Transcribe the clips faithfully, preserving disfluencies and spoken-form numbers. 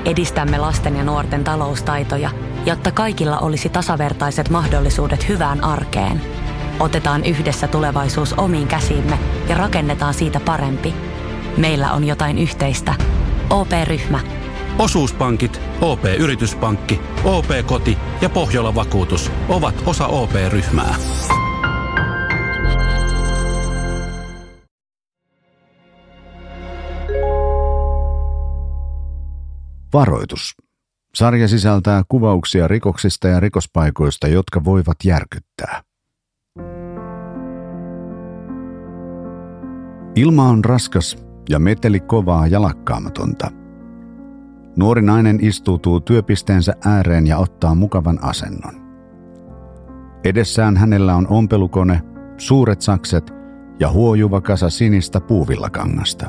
Edistämme lasten ja nuorten taloustaitoja, jotta kaikilla olisi tasavertaiset mahdollisuudet hyvään arkeen. Otetaan yhdessä tulevaisuus omiin käsiimme ja rakennetaan siitä parempi. Meillä on jotain yhteistä. O P-ryhmä. Osuuspankit, O P-yrityspankki, O P-koti ja Pohjola-vakuutus ovat osa O P-ryhmää. Varoitus. Sarja sisältää kuvauksia rikoksista ja rikospaikoista, jotka voivat järkyttää. Ilma on raskas ja meteli kovaa ja lakkaamatonta. Nuori nainen istuutuu työpisteensä ääreen ja ottaa mukavan asennon. Edessään hänellä on ompelukone, suuret sakset ja huojuva kasa sinistä puuvillakangasta.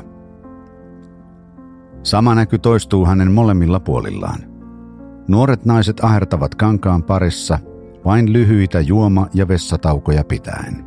Sama näky toistuu hänen molemmilla puolillaan. Nuoret naiset ahertavat kankaan parissa, vain lyhyitä juoma- ja vessataukoja pitäen.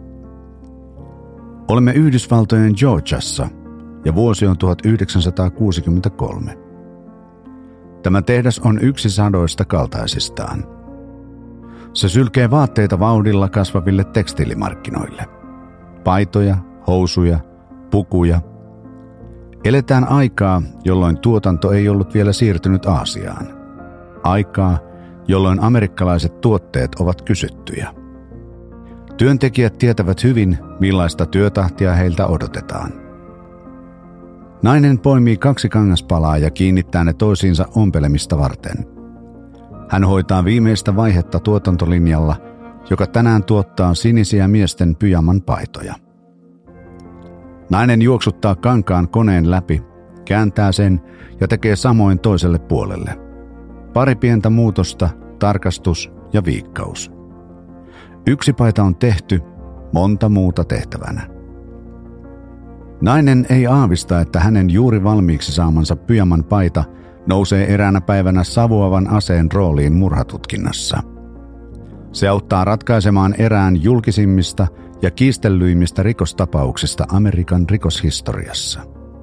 Olemme Yhdysvaltojen Georgiassa ja vuosi on tuhatyhdeksänsataakuusikymmentäkolme. Tämä tehdas on yksi sadoista kaltaisistaan. Se sylkee vaatteita vauhdilla kasvaville tekstiilimarkkinoille. Paitoja, housuja, pukuja. Eletään aikaa, jolloin tuotanto ei ollut vielä siirtynyt Aasiaan. Aikaa, jolloin amerikkalaiset tuotteet ovat kysyttyjä. Työntekijät tietävät hyvin, millaista työtahtia heiltä odotetaan. Nainen poimii kaksi kangaspalaa ja kiinnittää ne toisiinsa ompelemista varten. Hän hoitaa viimeistä vaihetta tuotantolinjalla, joka tänään tuottaa sinisiä miesten pyjaman paitoja. Nainen juoksuttaa kankaan koneen läpi, kääntää sen ja tekee samoin toiselle puolelle. Pari pientä muutosta, tarkastus ja viikkaus. Yksi paita on tehty, monta muuta tehtävänä. Nainen ei aavista, että hänen juuri valmiiksi saamansa pyjaman paita nousee eräänä päivänä savuavan aseen rooliin murhatutkinnassa. Se auttaa ratkaisemaan erään julkisimmista ja kiistellyimmistä rikostapauksista Amerikan rikoshistoriassa.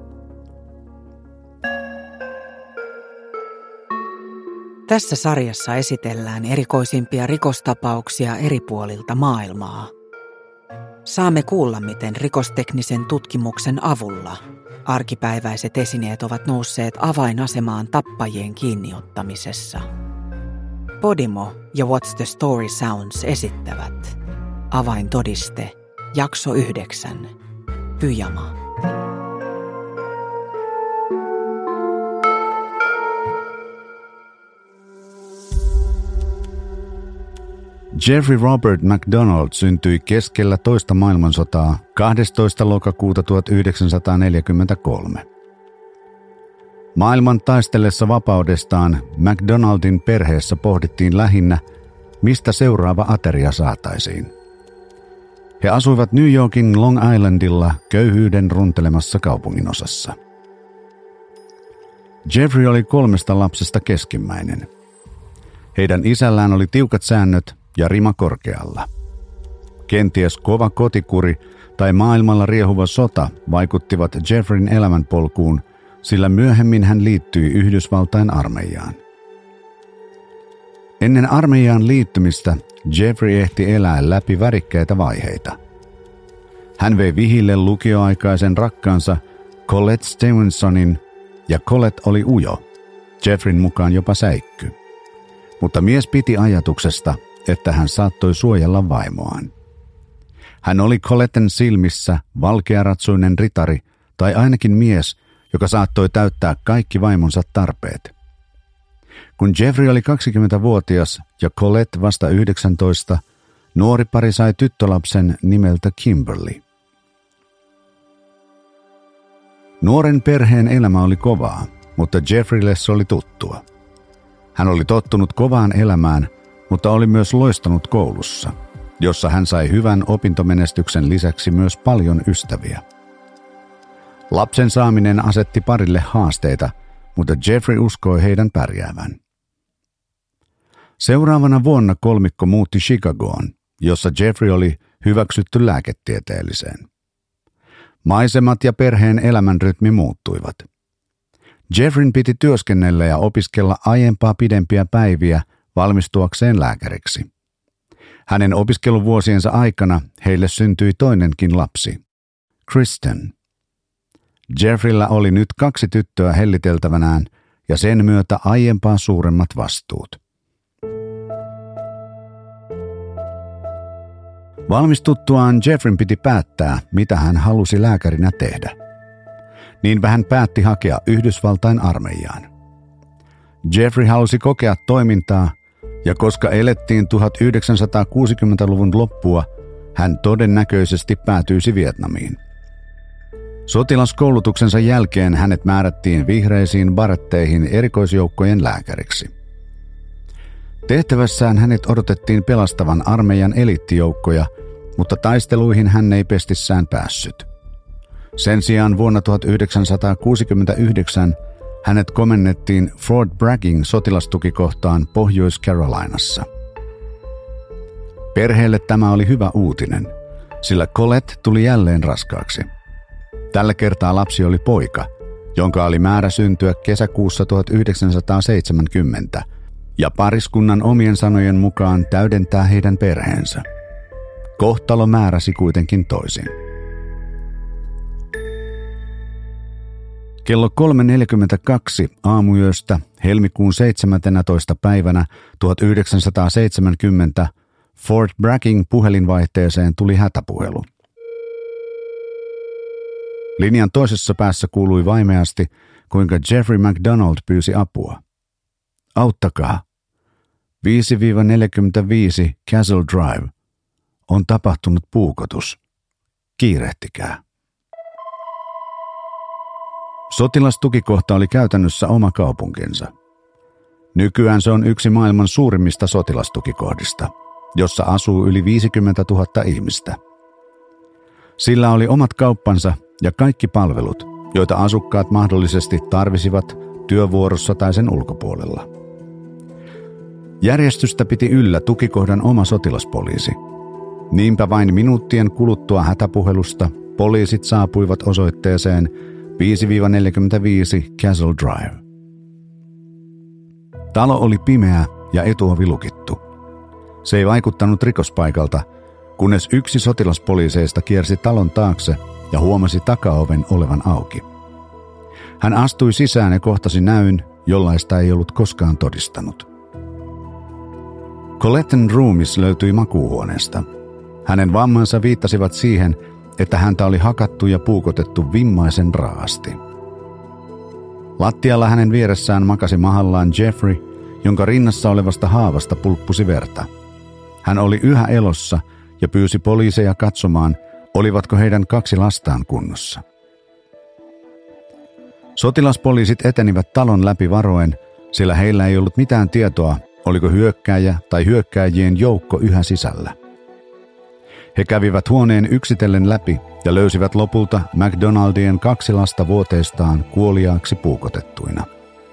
Tässä sarjassa esitellään erikoisimpia rikostapauksia eri puolilta maailmaa. Saamme kuulla, miten rikosteknisen tutkimuksen avulla arkipäiväiset esineet ovat nousseet avainasemaan tappajien kiinniottamisessa. Podimo ja What's the Story Sounds esittävät Avaintodiste, jakso yhdeksän, Pyjama. Jeffrey Robert MacDonald syntyi keskellä toista maailmansotaa kahdestoista lokakuuta tuhatyhdeksänsataaneljäkymmentäkolme. Maailman taistellessa vapaudestaan MacDonaldin perheessä pohdittiin lähinnä, mistä seuraava ateria saataisiin. He asuivat New Yorkin Long Islandilla köyhyyden runtelemassa kaupunginosassa. Jeffrey oli kolmesta lapsesta keskimmäinen. Heidän isällään oli tiukat säännöt ja rima korkealla. Kenties kova kotikuri tai maailmalla riehuva sota vaikuttivat Jeffreyn elämänpolkuun, sillä myöhemmin hän liittyi Yhdysvaltain armeijaan. Ennen armeijaan liittymistä Jeffrey ehti elää läpi värikkäitä vaiheita. Hän vei vihille lukioaikaisen rakkaansa Colette Stevensonin, ja Colette oli ujo, Jeffreyn mukaan jopa säikky. Mutta mies piti ajatuksesta, että hän saattoi suojella vaimoaan. Hän oli Coletten silmissä valkearatsuinen ritari tai ainakin mies, joka saattoi täyttää kaikki vaimonsa tarpeet. Kun Jeffrey oli kaksikymmentävuotias ja Colette vasta yhdeksäntoista, nuori pari sai tyttölapsen nimeltä Kimberly. Nuoren perheen elämä oli kovaa, mutta Jeffreylle se oli tuttua. Hän oli tottunut kovaan elämään, mutta oli myös loistanut koulussa, jossa hän sai hyvän opintomenestyksen lisäksi myös paljon ystäviä. Lapsen saaminen asetti parille haasteita, mutta Jeffrey uskoi heidän pärjäävän. Seuraavana vuonna kolmikko muutti Chicagoon, jossa Jeffrey oli hyväksytty lääketieteelliseen. Maisemat ja perheen elämänrytmi muuttuivat. Jeffreyn piti työskennellä ja opiskella aiempaa pidempiä päiviä valmistuakseen lääkäriksi. Hänen opiskeluvuosiensa aikana heille syntyi toinenkin lapsi, Kristen. Jeffreyllä oli nyt kaksi tyttöä helliteltävänään ja sen myötä aiempaa suuremmat vastuut. Valmistuttuaan Jeffreyn piti päättää, mitä hän halusi lääkärinä tehdä. Niinpä hän päätti hakea Yhdysvaltain armeijaan. Jeffrey halusi kokea toimintaa, ja koska elettiin tuhatyhdeksänsataakuusikymmentäluvun loppua, hän todennäköisesti päätyisi Vietnamiin. Sotilaskoulutuksensa jälkeen hänet määrättiin vihreisiin baretteihin erikoisjoukkojen lääkäriksi. Tehtävässään hänet odotettiin pelastavan armeijan eliittijoukkoja, mutta taisteluihin hän ei pestissään päässyt. Sen sijaan vuonna tuhatyhdeksänsataakuusikymmentäyhdeksän hänet komennettiin Fort Bragging sotilastukikohtaan Pohjois-Carolinassa. Perheelle tämä oli hyvä uutinen, sillä Colette tuli jälleen raskaaksi. Tällä kertaa lapsi oli poika, jonka oli määrä syntyä kesäkuussa tuhatyhdeksänsataaseitsemänkymmentä, ja pariskunnan omien sanojen mukaan täydentää heidän perheensä. Kohtalo määräsi kuitenkin toisin. Kello kolme neljäkymmentäkaksi aamuyöstä helmikuun seitsemäntenätoista päivänä tuhatyhdeksänsataaseitsemänkymmentä Fort Bragging puhelinvaihteeseen tuli hätäpuhelu. Linjan toisessa päässä kuului vaimeasti, kuinka Jeffrey MacDonald pyysi apua. Auttakaa. viisi neljäkymmentäviisi Castle Drive. On tapahtunut puukotus. Kiirehtikää. Sotilastukikohta oli käytännössä oma kaupunkinsa. Nykyään se on yksi maailman suurimmista sotilastukikohdista, jossa asuu yli viisikymmentätuhatta ihmistä. Sillä oli omat kauppansa ja kaikki palvelut, joita asukkaat mahdollisesti tarvisivat työvuorossa tai sen ulkopuolella. Järjestystä piti yllä tukikohdan oma sotilaspoliisi. Niinpä vain minuuttien kuluttua hätäpuhelusta poliisit saapuivat osoitteeseen viisi neljäkymmentäviisi Castle Drive. Talo oli pimeä ja etuovi lukittu. Se ei vaikuttanut rikospaikalta, kunnes yksi sotilaspoliiseista kiersi talon taakse ja huomasi takaoven olevan auki. Hän astui sisään ja kohtasi näyn, jollaista ei ollut koskaan todistanut. Coletten ruumis löytyi makuuhuoneesta. Hänen vammansa viittasivat siihen, että häntä oli hakattu ja puukotettu vimmaisen raasti. Lattialla hänen vieressään makasi mahallaan Jeffrey, jonka rinnassa olevasta haavasta pulppusi verta. Hän oli yhä elossa ja pyysi poliiseja katsomaan, olivatko heidän kaksi lastaan kunnossa. Sotilaspoliisit etenivät talon läpi varoen, sillä heillä ei ollut mitään tietoa, oliko hyökkääjä tai hyökkääjien joukko yhä sisällä. He kävivät huoneen yksitellen läpi ja löysivät lopulta MacDonaldien kaksi lasta vuoteistaan kuoliaaksi puukotettuina.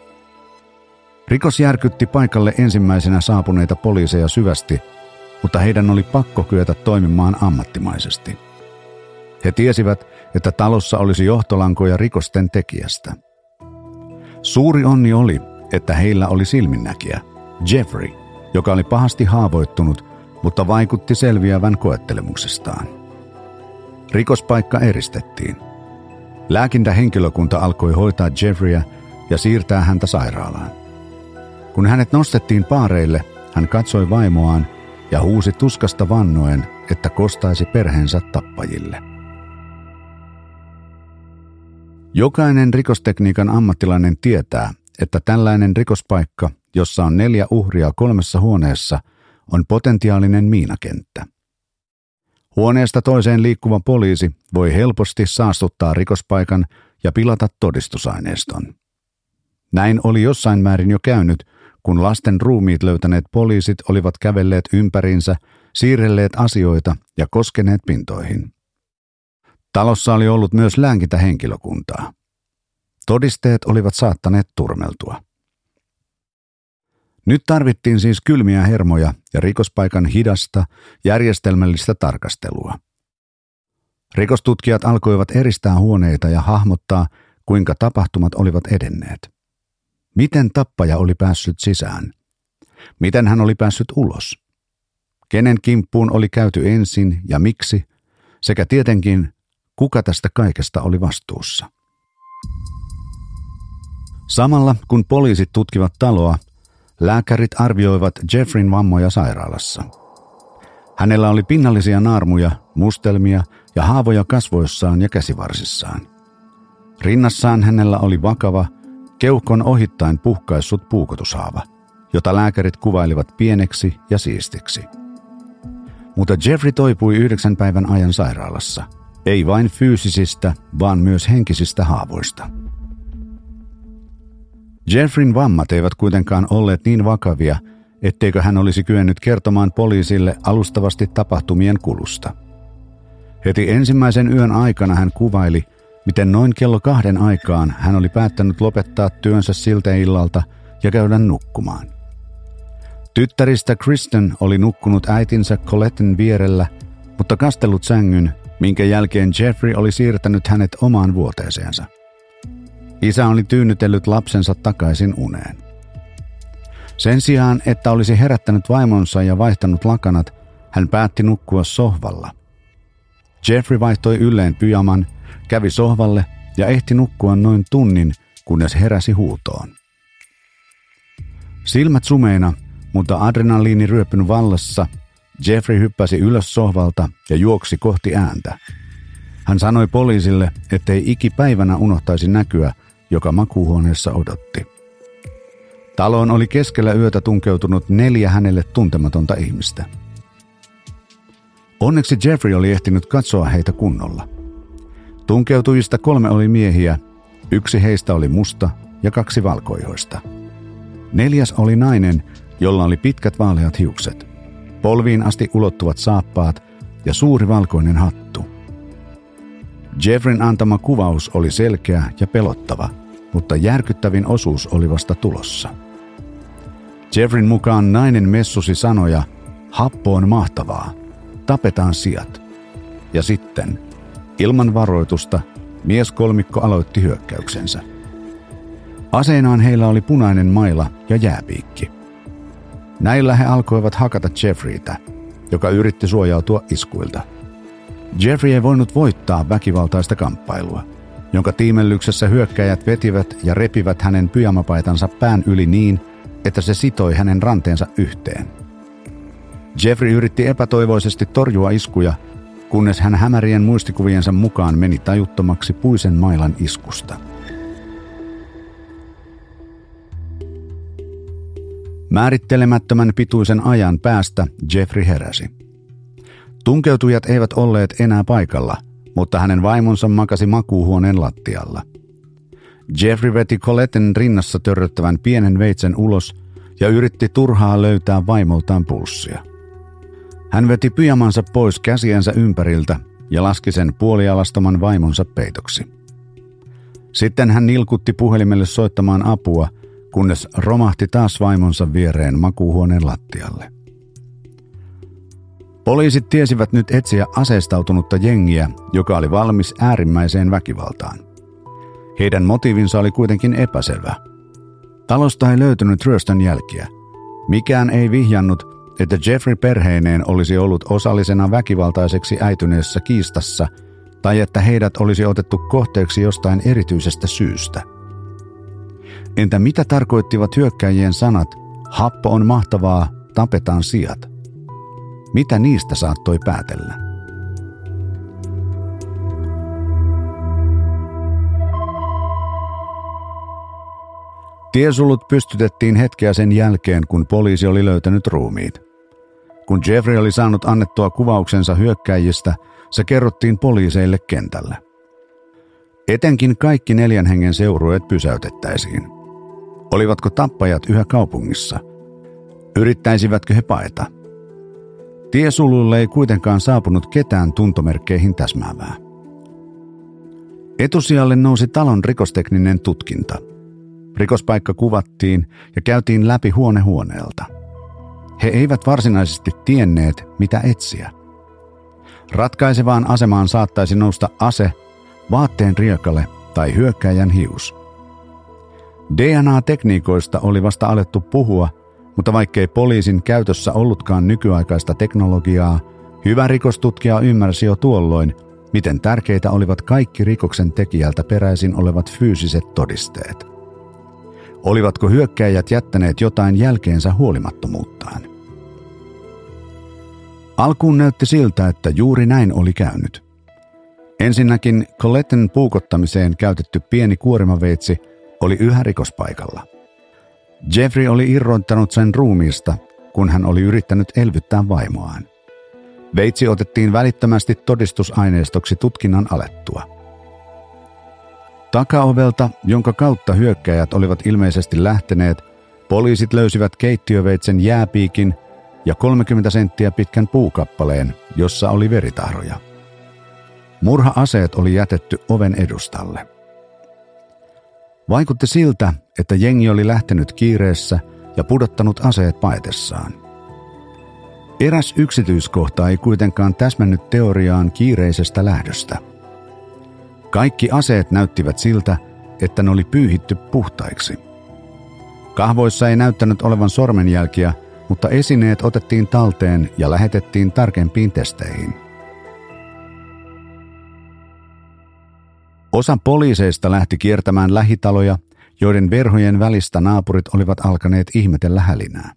Rikos järkytti paikalle ensimmäisenä saapuneita poliiseja syvästi, mutta heidän oli pakko kyetä toimimaan ammattimaisesti. He tiesivät, että talossa olisi johtolankoja rikosten tekijästä. Suuri onni oli, että heillä oli silminnäkijä, Jeffrey, joka oli pahasti haavoittunut, mutta vaikutti selviävän koettelemuksestaan. Rikospaikka eristettiin. Lääkintähenkilökunta alkoi hoitaa Jeffreyä ja siirtää häntä sairaalaan. Kun hänet nostettiin paareille, hän katsoi vaimoaan ja huusi tuskasta vannoen, että kostaisi perheensä tappajille. Jokainen rikostekniikan ammattilainen tietää, että tällainen rikospaikka, jossa on neljä uhria kolmessa huoneessa, on potentiaalinen miinakenttä. Huoneesta toiseen liikkuva poliisi voi helposti saastuttaa rikospaikan ja pilata todistusaineiston. Näin oli jossain määrin jo käynyt, kun lasten ruumiit löytäneet poliisit olivat kävelleet ympäriinsä, siirrelleet asioita ja koskeneet pintoihin. Talossa oli ollut myös lääkintähenkilökuntaa. Todisteet olivat saattaneet turmeltua. Nyt tarvittiin siis kylmiä hermoja ja rikospaikan hidasta, järjestelmällistä tarkastelua. Rikostutkijat alkoivat eristää huoneita ja hahmottaa, kuinka tapahtumat olivat edenneet. Miten tappaja oli päässyt sisään? Miten hän oli päässyt ulos? Kenen kimppuun oli käyty ensin ja miksi? Sekä tietenkin, kuka tästä kaikesta oli vastuussa? Samalla kun poliisit tutkivat taloa, lääkärit arvioivat Jeffreyn vammoja sairaalassa. Hänellä oli pinnallisia naarmuja, mustelmia ja haavoja kasvoissaan ja käsivarsissaan. Rinnassaan hänellä oli vakava, keuhkon ohittain puhkaissut puukotushaava, jota lääkärit kuvailivat pieneksi ja siistiksi. Mutta Jeffrey toipui yhdeksän päivän ajan sairaalassa, ei vain fyysisistä, vaan myös henkisistä haavoista. Jeffreyn vammat eivät kuitenkaan olleet niin vakavia, etteikö hän olisi kyennyt kertomaan poliisille alustavasti tapahtumien kulusta. Heti ensimmäisen yön aikana hän kuvaili, miten noin kello kahden aikaan hän oli päättänyt lopettaa työnsä siltä illalta ja käydä nukkumaan. Tyttäristä Kristen oli nukkunut äitinsä Coletten vierellä, mutta kastellut sängyn, minkä jälkeen Jeffrey oli siirtänyt hänet omaan vuoteeseensa. Isä oli tyynnytellyt lapsensa takaisin uneen. Sen sijaan, että olisi herättänyt vaimonsa ja vaihtanut lakanat, hän päätti nukkua sohvalla. Jeffrey vaihtoi ylleen pyjaman, kävi sohvalle ja ehti nukkua noin tunnin, kunnes heräsi huutoon. Silmät sumeina, mutta adrenaliiniryöpyn vallassa, Jeffrey hyppäsi ylös sohvalta ja juoksi kohti ääntä. Hän sanoi poliisille, ettei ikipäivänä unohtaisi näkyä, joka makuuhuoneessa odotti. Taloon oli keskellä yötä tunkeutunut neljä hänelle tuntematonta ihmistä. Onneksi Jeffrey oli ehtinyt katsoa heitä kunnolla. Tunkeutujista kolme oli miehiä, yksi heistä oli musta ja kaksi valkoihoista. Neljäs oli nainen, jolla oli pitkät vaaleat hiukset, polviin asti ulottuvat saappaat ja suuri valkoinen hattu. Jeffreyn antama kuvaus oli selkeä ja pelottava, mutta järkyttävin osuus oli vasta tulossa. Jeffreyn mukaan nainen messusi sanoja, happo on mahtavaa, tapetaan sijat. Ja sitten, ilman varoitusta, mieskolmikko aloitti hyökkäyksensä. Aseinaan heillä oli punainen maila ja jääpiikki. Näillä he alkoivat hakata Jeffreytä, joka yritti suojautua iskuilta. Jeffrey ei voinut voittaa väkivaltaista kamppailua, jonka tiimellyksessä hyökkäjät vetivät ja repivät hänen pyjamapaitansa pään yli niin, että se sitoi hänen ranteensa yhteen. Jeffrey yritti epätoivoisesti torjua iskuja, kunnes hän hämärien muistikuviensa mukaan meni tajuttomaksi puisen mailan iskusta. Määrittelemättömän pituisen ajan päästä Jeffrey heräsi. Tunkeutujat eivät olleet enää paikalla, mutta hänen vaimonsa makasi makuuhuoneen lattialla. Jeffrey veti Coletten rinnassa törröttävän pienen veitsen ulos ja yritti turhaa löytää vaimoltaan pulssia. Hän veti pyjamansa pois käsiensä ympäriltä ja laski sen puolialastoman vaimonsa peitoksi. Sitten hän nilkutti puhelimelle soittamaan apua, kunnes romahti taas vaimonsa viereen makuuhuoneen lattialle. Poliisit tiesivät nyt etsiä aseistautunutta jengiä, joka oli valmis äärimmäiseen väkivaltaan. Heidän motiivinsa oli kuitenkin epäselvä. Talosta ei löytynyt ryöstön jälkiä. Mikään ei vihjannut, että Jeffrey perheineen olisi ollut osallisena väkivaltaiseksi äityneessä kiistassa tai että heidät olisi otettu kohteeksi jostain erityisestä syystä. Entä mitä tarkoittivat hyökkäjien sanat, happo on mahtavaa, tapetaan sijat? Mitä niistä saattoi päätellä? Tiesulut pystytettiin hetkeä sen jälkeen, kun poliisi oli löytänyt ruumiit. Kun Jeffrey oli saanut annettua kuvauksensa hyökkäjistä, se kerrottiin poliiseille kentällä. Etenkin kaikki neljän hengen seurueet pysäytettäisiin. Olivatko tappajat yhä kaupungissa? Yrittäisivätkö he paeta? Tiesululle ei kuitenkaan saapunut ketään tuntomerkkeihin täsmäävää. Etusijalle nousi talon rikostekninen tutkinta. Rikospaikka kuvattiin ja käytiin läpi huone huoneelta. He eivät varsinaisesti tienneet, mitä etsiä. Ratkaisevaan asemaan saattaisi nousta ase, vaatteen riekale tai hyökkäjän hius. D N A-tekniikoista oli vasta alettu puhua, mutta vaikkei poliisin käytössä ollutkaan nykyaikaista teknologiaa, hyvä rikostutkija ymmärsi jo tuolloin, miten tärkeitä olivat kaikki rikoksen tekijältä peräisin olevat fyysiset todisteet. Olivatko hyökkäjät jättäneet jotain jälkeensä huolimattomuuttaan? Alkuun näytti siltä, että juuri näin oli käynyt. Ensinnäkin Coletten puukottamiseen käytetty pieni kuorimaveitsi oli yhä rikospaikalla. Jeffrey oli irrottanut sen ruumiista, kun hän oli yrittänyt elvyttää vaimoaan. Veitsi otettiin välittömästi todistusaineistoksi tutkinnan alettua. Takaovelta, jonka kautta hyökkäjät olivat ilmeisesti lähteneet, poliisit löysivät keittiöveitsen jääpiikin ja kolmekymmentä senttiä pitkän puukappaleen, jossa oli veritahroja. Murha-aseet oli jätetty oven edustalle. Vaikutti siltä, että jengi oli lähtenyt kiireessä ja pudottanut aseet paetessaan. Eräs yksityiskohta ei kuitenkaan täsmännyt teoriaan kiireisestä lähdöstä. Kaikki aseet näyttivät siltä, että ne oli pyyhitty puhtaiksi. Kahvoissa ei näyttänyt olevan sormenjälkiä, mutta esineet otettiin talteen ja lähetettiin tarkempiin testeihin. Osa poliiseista lähti kiertämään lähitaloja, joiden verhojen välistä naapurit olivat alkaneet ihmetellä hälinää.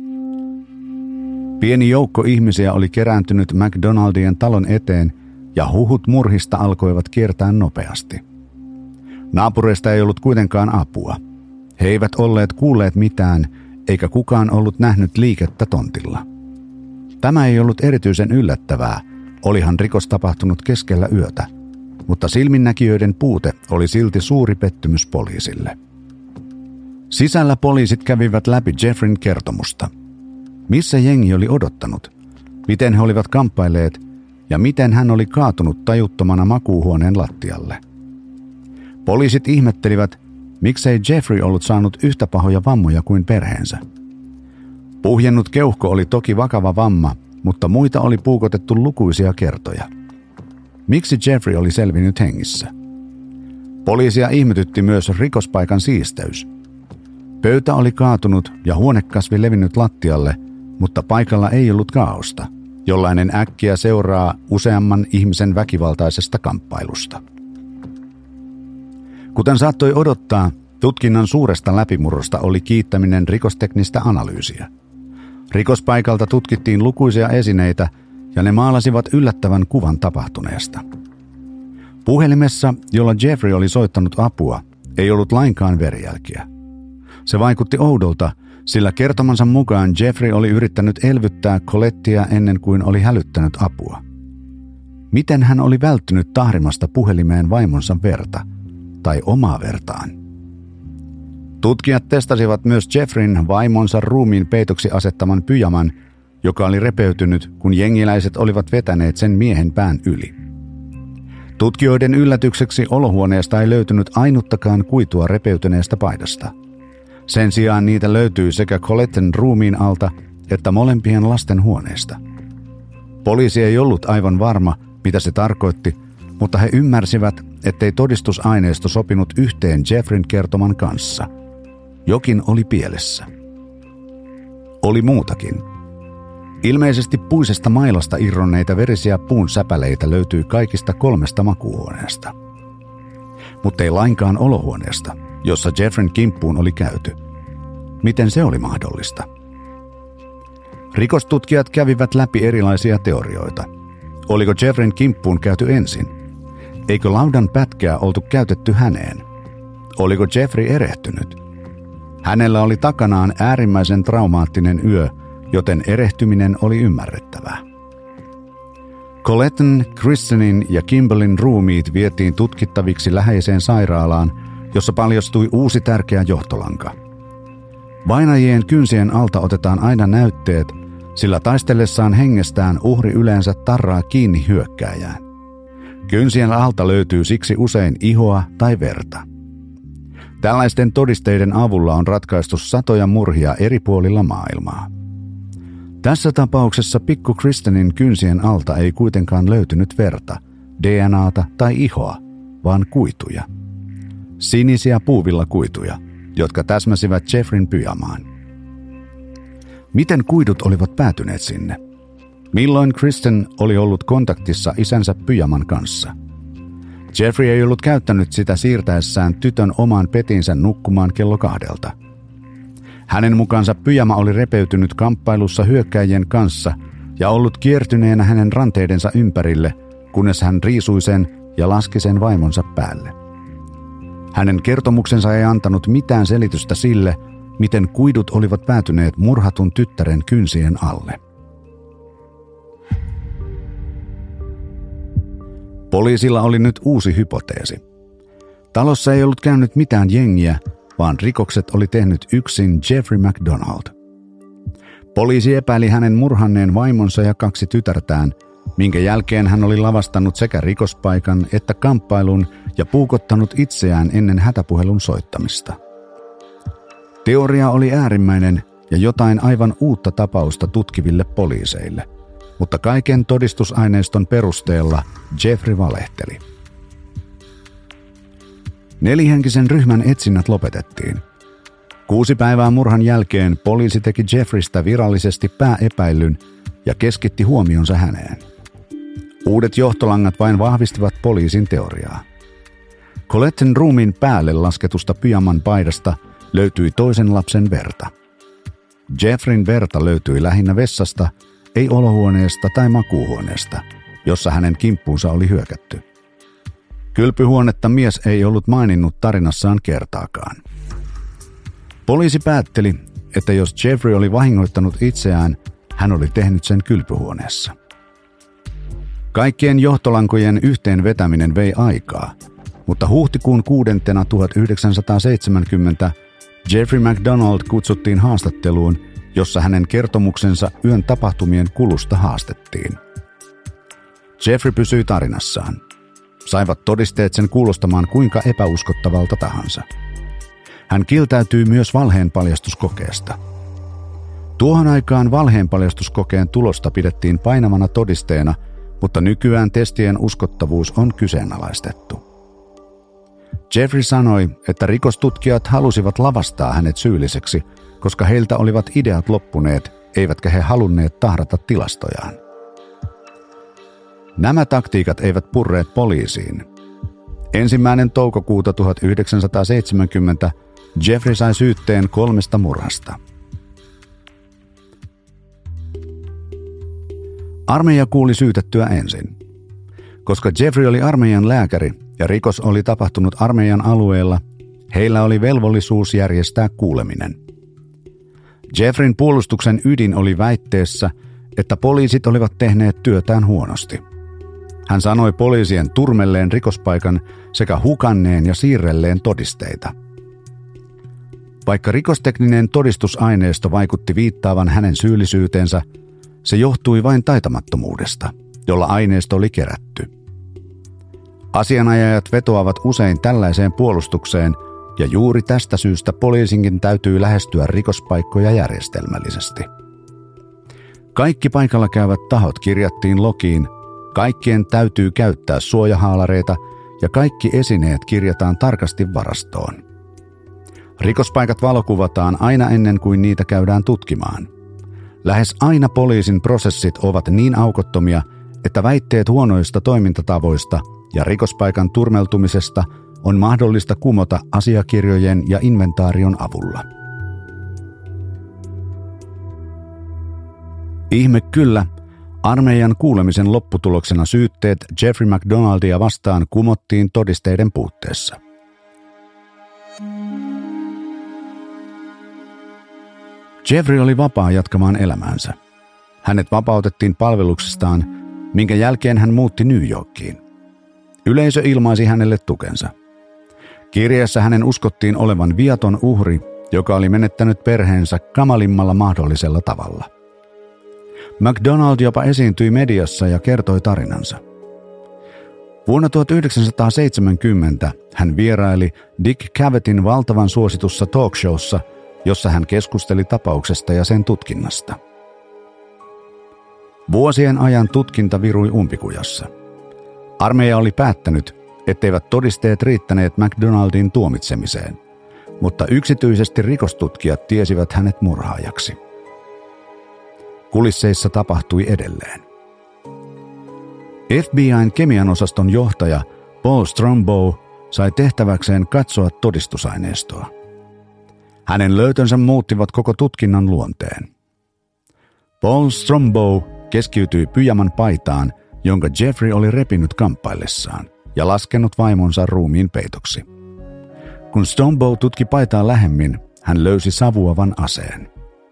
Pieni joukko ihmisiä oli kerääntynyt McDonaldien talon eteen ja huhut murhista alkoivat kiertää nopeasti. Naapureista ei ollut kuitenkaan apua. He eivät olleet kuulleet mitään, eikä kukaan ollut nähnyt liikettä tontilla. Tämä ei ollut erityisen yllättävää, olihan rikos tapahtunut keskellä yötä, mutta silminnäkijöiden puute oli silti suuri pettymys poliisille. Sisällä poliisit kävivät läpi Jeffreyn kertomusta. Missä jengi oli odottanut, miten he olivat kamppailleet ja miten hän oli kaatunut tajuttomana makuuhuoneen lattialle. Poliisit ihmettelivät, miksei Jeffrey ollut saanut yhtä pahoja vammoja kuin perheensä. Puhjennut keuhko oli toki vakava vamma, mutta muita oli puukotettu lukuisia kertoja. Miksi Jeffrey oli selvinnyt hengissä? Poliisia ihmetytti myös rikospaikan siisteys. Pöytä oli kaatunut ja huonekasvi levinnyt lattialle, mutta paikalla ei ollut kaaosta, jollainen äkkiä seuraa useamman ihmisen väkivaltaisesta kamppailusta. Kuten saattoi odottaa, tutkinnan suuresta läpimurrosta oli kiittäminen rikosteknistä analyysiä. Rikospaikalta tutkittiin lukuisia esineitä ja ne maalasivat yllättävän kuvan tapahtuneesta. Puhelimessa, jolla Jeffrey oli soittanut apua, ei ollut lainkaan verijälkiä. Se vaikutti oudolta, sillä kertomansa mukaan Jeffrey oli yrittänyt elvyttää Colettea ennen kuin oli hälyttänyt apua. Miten hän oli välttynyt tahrimasta puhelimeen vaimonsa verta, tai omaa vertaan? Tutkijat testasivat myös Jeffreyn vaimonsa ruumiin peitoksi asettaman pyjaman, joka oli repeytynyt, kun jengiläiset olivat vetäneet sen miehen pään yli. Tutkijoiden yllätykseksi olohuoneesta ei löytynyt ainuttakaan kuitua repeytyneestä paidasta. Sen sijaan niitä löytyi sekä Coletten ruumiin alta että molempien lasten huoneesta. Poliisi ei ollut aivan varma, mitä se tarkoitti, mutta he ymmärsivät, ettei todistusaineisto sopinut yhteen Jeffreyn kertoman kanssa. Jokin oli pielessä. Oli muutakin. Ilmeisesti puisesta mailasta irronneita verisiä puun säpäleitä löytyi kaikista kolmesta makuuhuoneesta. Mutta ei lainkaan olohuoneesta, jossa Jeffreyn kimppuun oli käyty. Miten se oli mahdollista? Rikostutkijat kävivät läpi erilaisia teorioita. Oliko Jeffreyn kimppuun käyty ensin? Eikö laudan pätkää oltu käytetty häneen? Oliko Jeffrey erehtynyt? Hänellä oli takanaan äärimmäisen traumaattinen yö, joten erehtyminen oli ymmärrettävää. Coletten, Kristenin ja Kimberlin ruumiit vietiin tutkittaviksi läheiseen sairaalaan, jossa paljastui uusi tärkeä johtolanka. Vainajien kynsien alta otetaan aina näytteet, sillä taistellessaan hengestään uhri yleensä tarraa kiinni hyökkääjään. Kynsien alta löytyy siksi usein ihoa tai verta. Tällaisten todisteiden avulla on ratkaistu satoja murhia eri puolilla maailmaa. Tässä tapauksessa pikku Kristenin kynsien alta ei kuitenkaan löytynyt verta, D N A:ta tai ihoa, vaan kuituja. Sinisiä puuvillakuituja, jotka täsmäsivät Jeffreyn pyjamaan. Miten kuidut olivat päätyneet sinne? Milloin Kristen oli ollut kontaktissa isänsä pyjaman kanssa? Jeffrey ei ollut käyttänyt sitä siirtäessään tytön omaan petinsä nukkumaan kello kahdelta. Hänen mukaansa pyjama oli repeytynyt kamppailussa hyökkäjien kanssa ja ollut kiertyneenä hänen ranteidensa ympärille, kunnes hän riisui sen ja laski sen vaimonsa päälle. Hänen kertomuksensa ei antanut mitään selitystä sille, miten kuidut olivat päätyneet murhatun tyttären kynsien alle. Poliisilla oli nyt uusi hypoteesi. Talossa ei ollut käynyt mitään jengiä, vaan rikokset oli tehnyt yksin Jeffrey MacDonald. Poliisi epäili hänen murhanneen vaimonsa ja kaksi tytärtään, minkä jälkeen hän oli lavastanut sekä rikospaikan että kamppailun ja puukottanut itseään ennen hätäpuhelun soittamista. Teoria oli äärimmäinen ja jotain aivan uutta tapausta tutkiville poliiseille, mutta kaiken todistusaineiston perusteella Jeffrey valehteli. Nelihenkisen ryhmän etsinnät lopetettiin. Kuusi päivää murhan jälkeen poliisi teki Jeffreystä virallisesti pääepäillyn ja keskitti huomionsa häneen. Uudet johtolangat vain vahvistivat poliisin teoriaa. Coletten ruumiin päälle lasketusta pyjaman paidasta löytyi toisen lapsen verta. Jeffreyn verta löytyi lähinnä vessasta, ei olohuoneesta tai makuuhuoneesta, jossa hänen kimppuunsa oli hyökätty. Kylpyhuonetta mies ei ollut maininnut tarinassaan kertaakaan. Poliisi päätteli, että jos Jeffrey oli vahingoittanut itseään, hän oli tehnyt sen kylpyhuoneessa. Kaikkien johtolankojen yhteen vetäminen vei aikaa, mutta huhtikuun kuudentena tuhatyhdeksänsataaseitsemänkymmentä Jeffrey MacDonald kutsuttiin haastatteluun, jossa hänen kertomuksensa yön tapahtumien kulusta haastettiin. Jeffrey pysyi tarinassaan. Saivat todisteet sen kuulostamaan kuinka epäuskottavalta tahansa. Hän kieltäytyi myös valheenpaljastuskokeesta. Tuohon aikaan valheenpaljastuskokeen tulosta pidettiin painavana todisteena, mutta nykyään testien uskottavuus on kyseenalaistettu. Jeffrey sanoi, että rikostutkijat halusivat lavastaa hänet syylliseksi, koska heiltä olivat ideat loppuneet, eivätkä he halunneet tahrata tilastojaan. Nämä taktiikat eivät purreet poliisiin. Ensimmäinen toukokuuta tuhatyhdeksänsataaseitsemänkymmentä Jeffrey sai syytteen kolmesta murhasta. Armeija kuuli syytettyä ensin. Koska Jeffrey oli armeijan lääkäri ja rikos oli tapahtunut armeijan alueella, heillä oli velvollisuus järjestää kuuleminen. Jeffreyn puolustuksen ydin oli väitteessä, että poliisit olivat tehneet työtään huonosti. Hän sanoi poliisien turmelleen rikospaikan sekä hukanneen ja siirrelleen todisteita. Vaikka rikostekninen todistusaineisto vaikutti viittaavan hänen syyllisyytensä, se johtui vain taitamattomuudesta, jolla aineisto oli kerätty. Asianajajat vetoavat usein tällaiseen puolustukseen, ja juuri tästä syystä poliisinkin täytyy lähestyä rikospaikkoja järjestelmällisesti. Kaikki paikalla käyvät tahot kirjattiin logiin, kaikkien täytyy käyttää suojahaalareita ja kaikki esineet kirjataan tarkasti varastoon. Rikospaikat valokuvataan aina ennen kuin niitä käydään tutkimaan. Lähes aina poliisin prosessit ovat niin aukottomia, että väitteet huonoista toimintatavoista ja rikospaikan turmeltumisesta on mahdollista kumota asiakirjojen ja inventaarion avulla. Ihme kyllä, armeijan kuulemisen lopputuloksena syytteet Jeffrey MacDonaldia vastaan kumottiin todisteiden puutteessa. Jeffrey oli vapaa jatkamaan elämäänsä. Hänet vapautettiin palveluksestaan, minkä jälkeen hän muutti New Yorkiin. Yleisö ilmaisi hänelle tukensa. Kirjeessä hänen uskottiin olevan viaton uhri, joka oli menettänyt perheensä kamalimmalla mahdollisella tavalla. MacDonald jopa esiintyi mediassa ja kertoi tarinansa. Vuonna tuhatyhdeksänsataaseitsemänkymmentä hän vieraili Dick Cavetin valtavan suositussa talkshowssa, jossa hän keskusteli tapauksesta ja sen tutkinnasta. Vuosien ajan tutkinta virui umpikujassa. Armeija oli päättänyt, etteivät todisteet riittäneet MacDonaldin tuomitsemiseen, mutta yksityisesti rikostutkijat tiesivät hänet murhaajaksi. Kulisseissa tapahtui edelleen. F B I:n kemianosaston johtaja Paul Strombow sai tehtäväkseen katsoa todistusaineistoa. Hänen löytönsä muuttivat koko tutkinnan luonteen. Paul Strombow keskiytyi pyjaman paitaan, jonka Jeffrey oli repinyt kamppaillessaan ja laskenut vaimonsa ruumiin peitoksi. Kun Strombow tutki paitaa lähemmin, hän löysi savuavan aseen.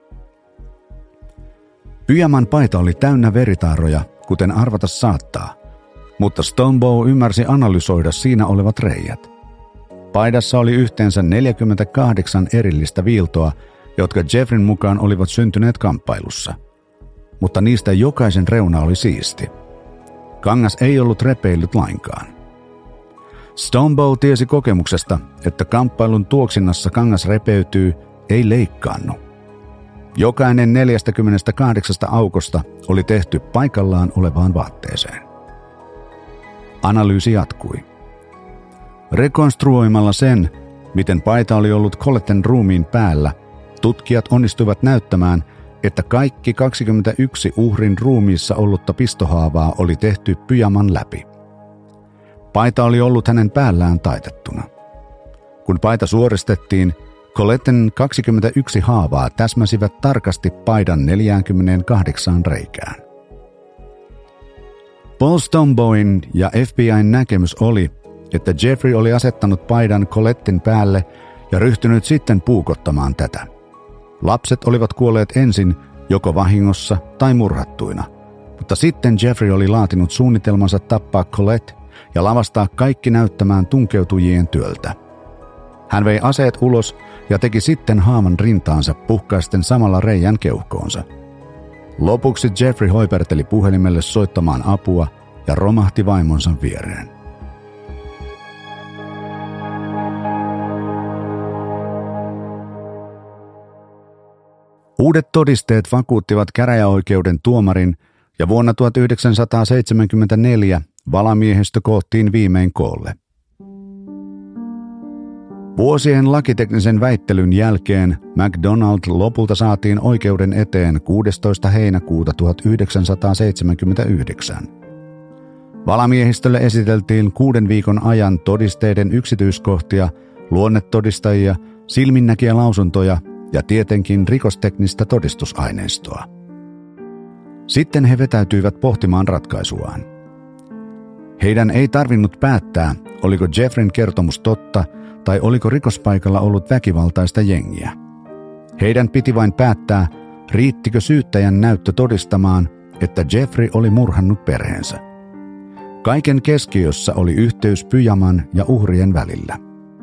Pyjaman paita oli täynnä veritaaroja, kuten arvata saattaa, mutta Strombow ymmärsi analysoida siinä olevat reijät. Paidassa oli yhteensä neljäkymmentäkahdeksan erillistä viiltoa, jotka Jeffreyn mukaan olivat syntyneet kamppailussa, mutta niistä jokaisen reuna oli siisti. Kangas ei ollut repeillyt lainkaan. Strombow tiesi kokemuksesta, että kamppailun tuoksinnassa kangas repeytyy, ei leikkaannu. Jokainen neljästäkymmenestäkahdeksasta aukosta oli tehty paikallaan olevaan vaatteeseen. Analyysi jatkui. Rekonstruoimalla sen, miten paita oli ollut Coletten ruumiin päällä, tutkijat onnistuivat näyttämään, että kaikki kaksikymmentäyksi uhrin ruumiissa ollutta pistohaavaa oli tehty pyjaman läpi. Paita oli ollut hänen päällään taitettuna. Kun paita suoristettiin, Coletten kaksikymmentäyksi haavaa täsmäsivät tarkasti paidan neljäänkymmeneenkahdeksaan reikään. Paul Strombowin ja F B I:n näkemys oli, että Jeffrey oli asettanut paidan Coletten päälle ja ryhtynyt sitten puukottamaan tätä. Lapset olivat kuolleet ensin joko vahingossa tai murhattuina, mutta sitten Jeffrey oli laatinut suunnitelmansa tappaa Colette ja lavastaa kaikki näyttämään tunkeutujien työltä. Hän vei aseet ulos ja teki sitten haavan rintaansa puhkaisten samalla reijän keuhkoonsa. Lopuksi Jeffrey hoiperteli puhelimelle soittamaan apua ja romahti vaimonsa viereen. Uudet todisteet vakuuttivat käräjäoikeuden tuomarin ja vuonna tuhatyhdeksänsataaseitsemänkymmentäneljä valamiehistö koottiin viimein koolle. Vuosien lakiteknisen väittelyn jälkeen MacDonald lopulta saatiin oikeuden eteen kuudestoista heinäkuuta tuhatyhdeksänsataaseitsemänkymmentäyhdeksän. Valamiehistölle esiteltiin kuuden viikon ajan todisteiden yksityiskohtia, luonnetodistajia, silminnäkijälausuntoja ja tietenkin rikosteknistä todistusaineistoa. Sitten he vetäytyivät pohtimaan ratkaisuaan. Heidän ei tarvinnut päättää, oliko Jeffreyn kertomus totta tai oliko rikospaikalla ollut väkivaltaista jengiä. Heidän piti vain päättää, riittikö syyttäjän näyttö todistamaan, että Jeffrey oli murhannut perheensä. Kaiken keskiössä oli yhteys pyjaman ja uhrien välillä.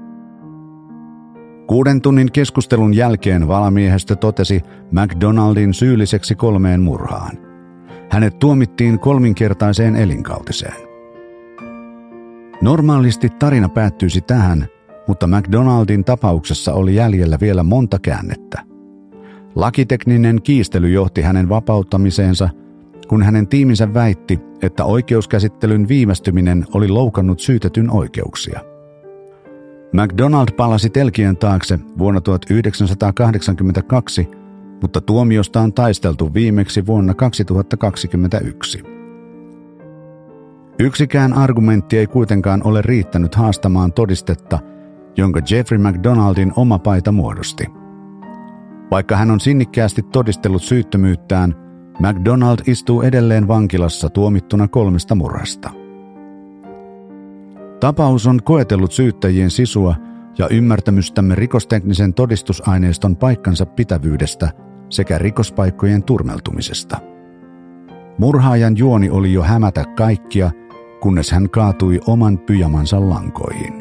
Kuuden tunnin keskustelun jälkeen valamiehistö totesi MacDonaldin syylliseksi kolmeen murhaan. Hänet tuomittiin kolminkertaiseen elinkautiseen. Normaalisti tarina päättyisi tähän, mutta MacDonaldin tapauksessa oli jäljellä vielä monta käännettä. Lakitekninen kiistely johti hänen vapauttamiseensa, kun hänen tiiminsä väitti, että oikeuskäsittelyn viivästyminen oli loukannut syytetyn oikeuksia. MacDonald palasi telkien taakse vuonna tuhatyhdeksänsataakahdeksankymmentäkaksi, mutta tuomiosta on taisteltu viimeksi vuonna kaksituhattakaksikymmentäyksi. Yksikään argumentti ei kuitenkaan ole riittänyt haastamaan todistetta, jonka Jeffrey MacDonaldin oma paita muodosti. Vaikka hän on sinnikkäästi todistellut syyttömyyttään, MacDonald istuu edelleen vankilassa tuomittuna kolmesta murhasta. Tapaus on koetellut syyttäjien sisua ja ymmärtämystämme rikosteknisen todistusaineiston paikkansa pitävyydestä sekä rikospaikkojen turmeltumisesta. Murhaajan juoni oli jo hämätä kaikkia, kunnes hän kaatui oman pyjamansa lankoihin.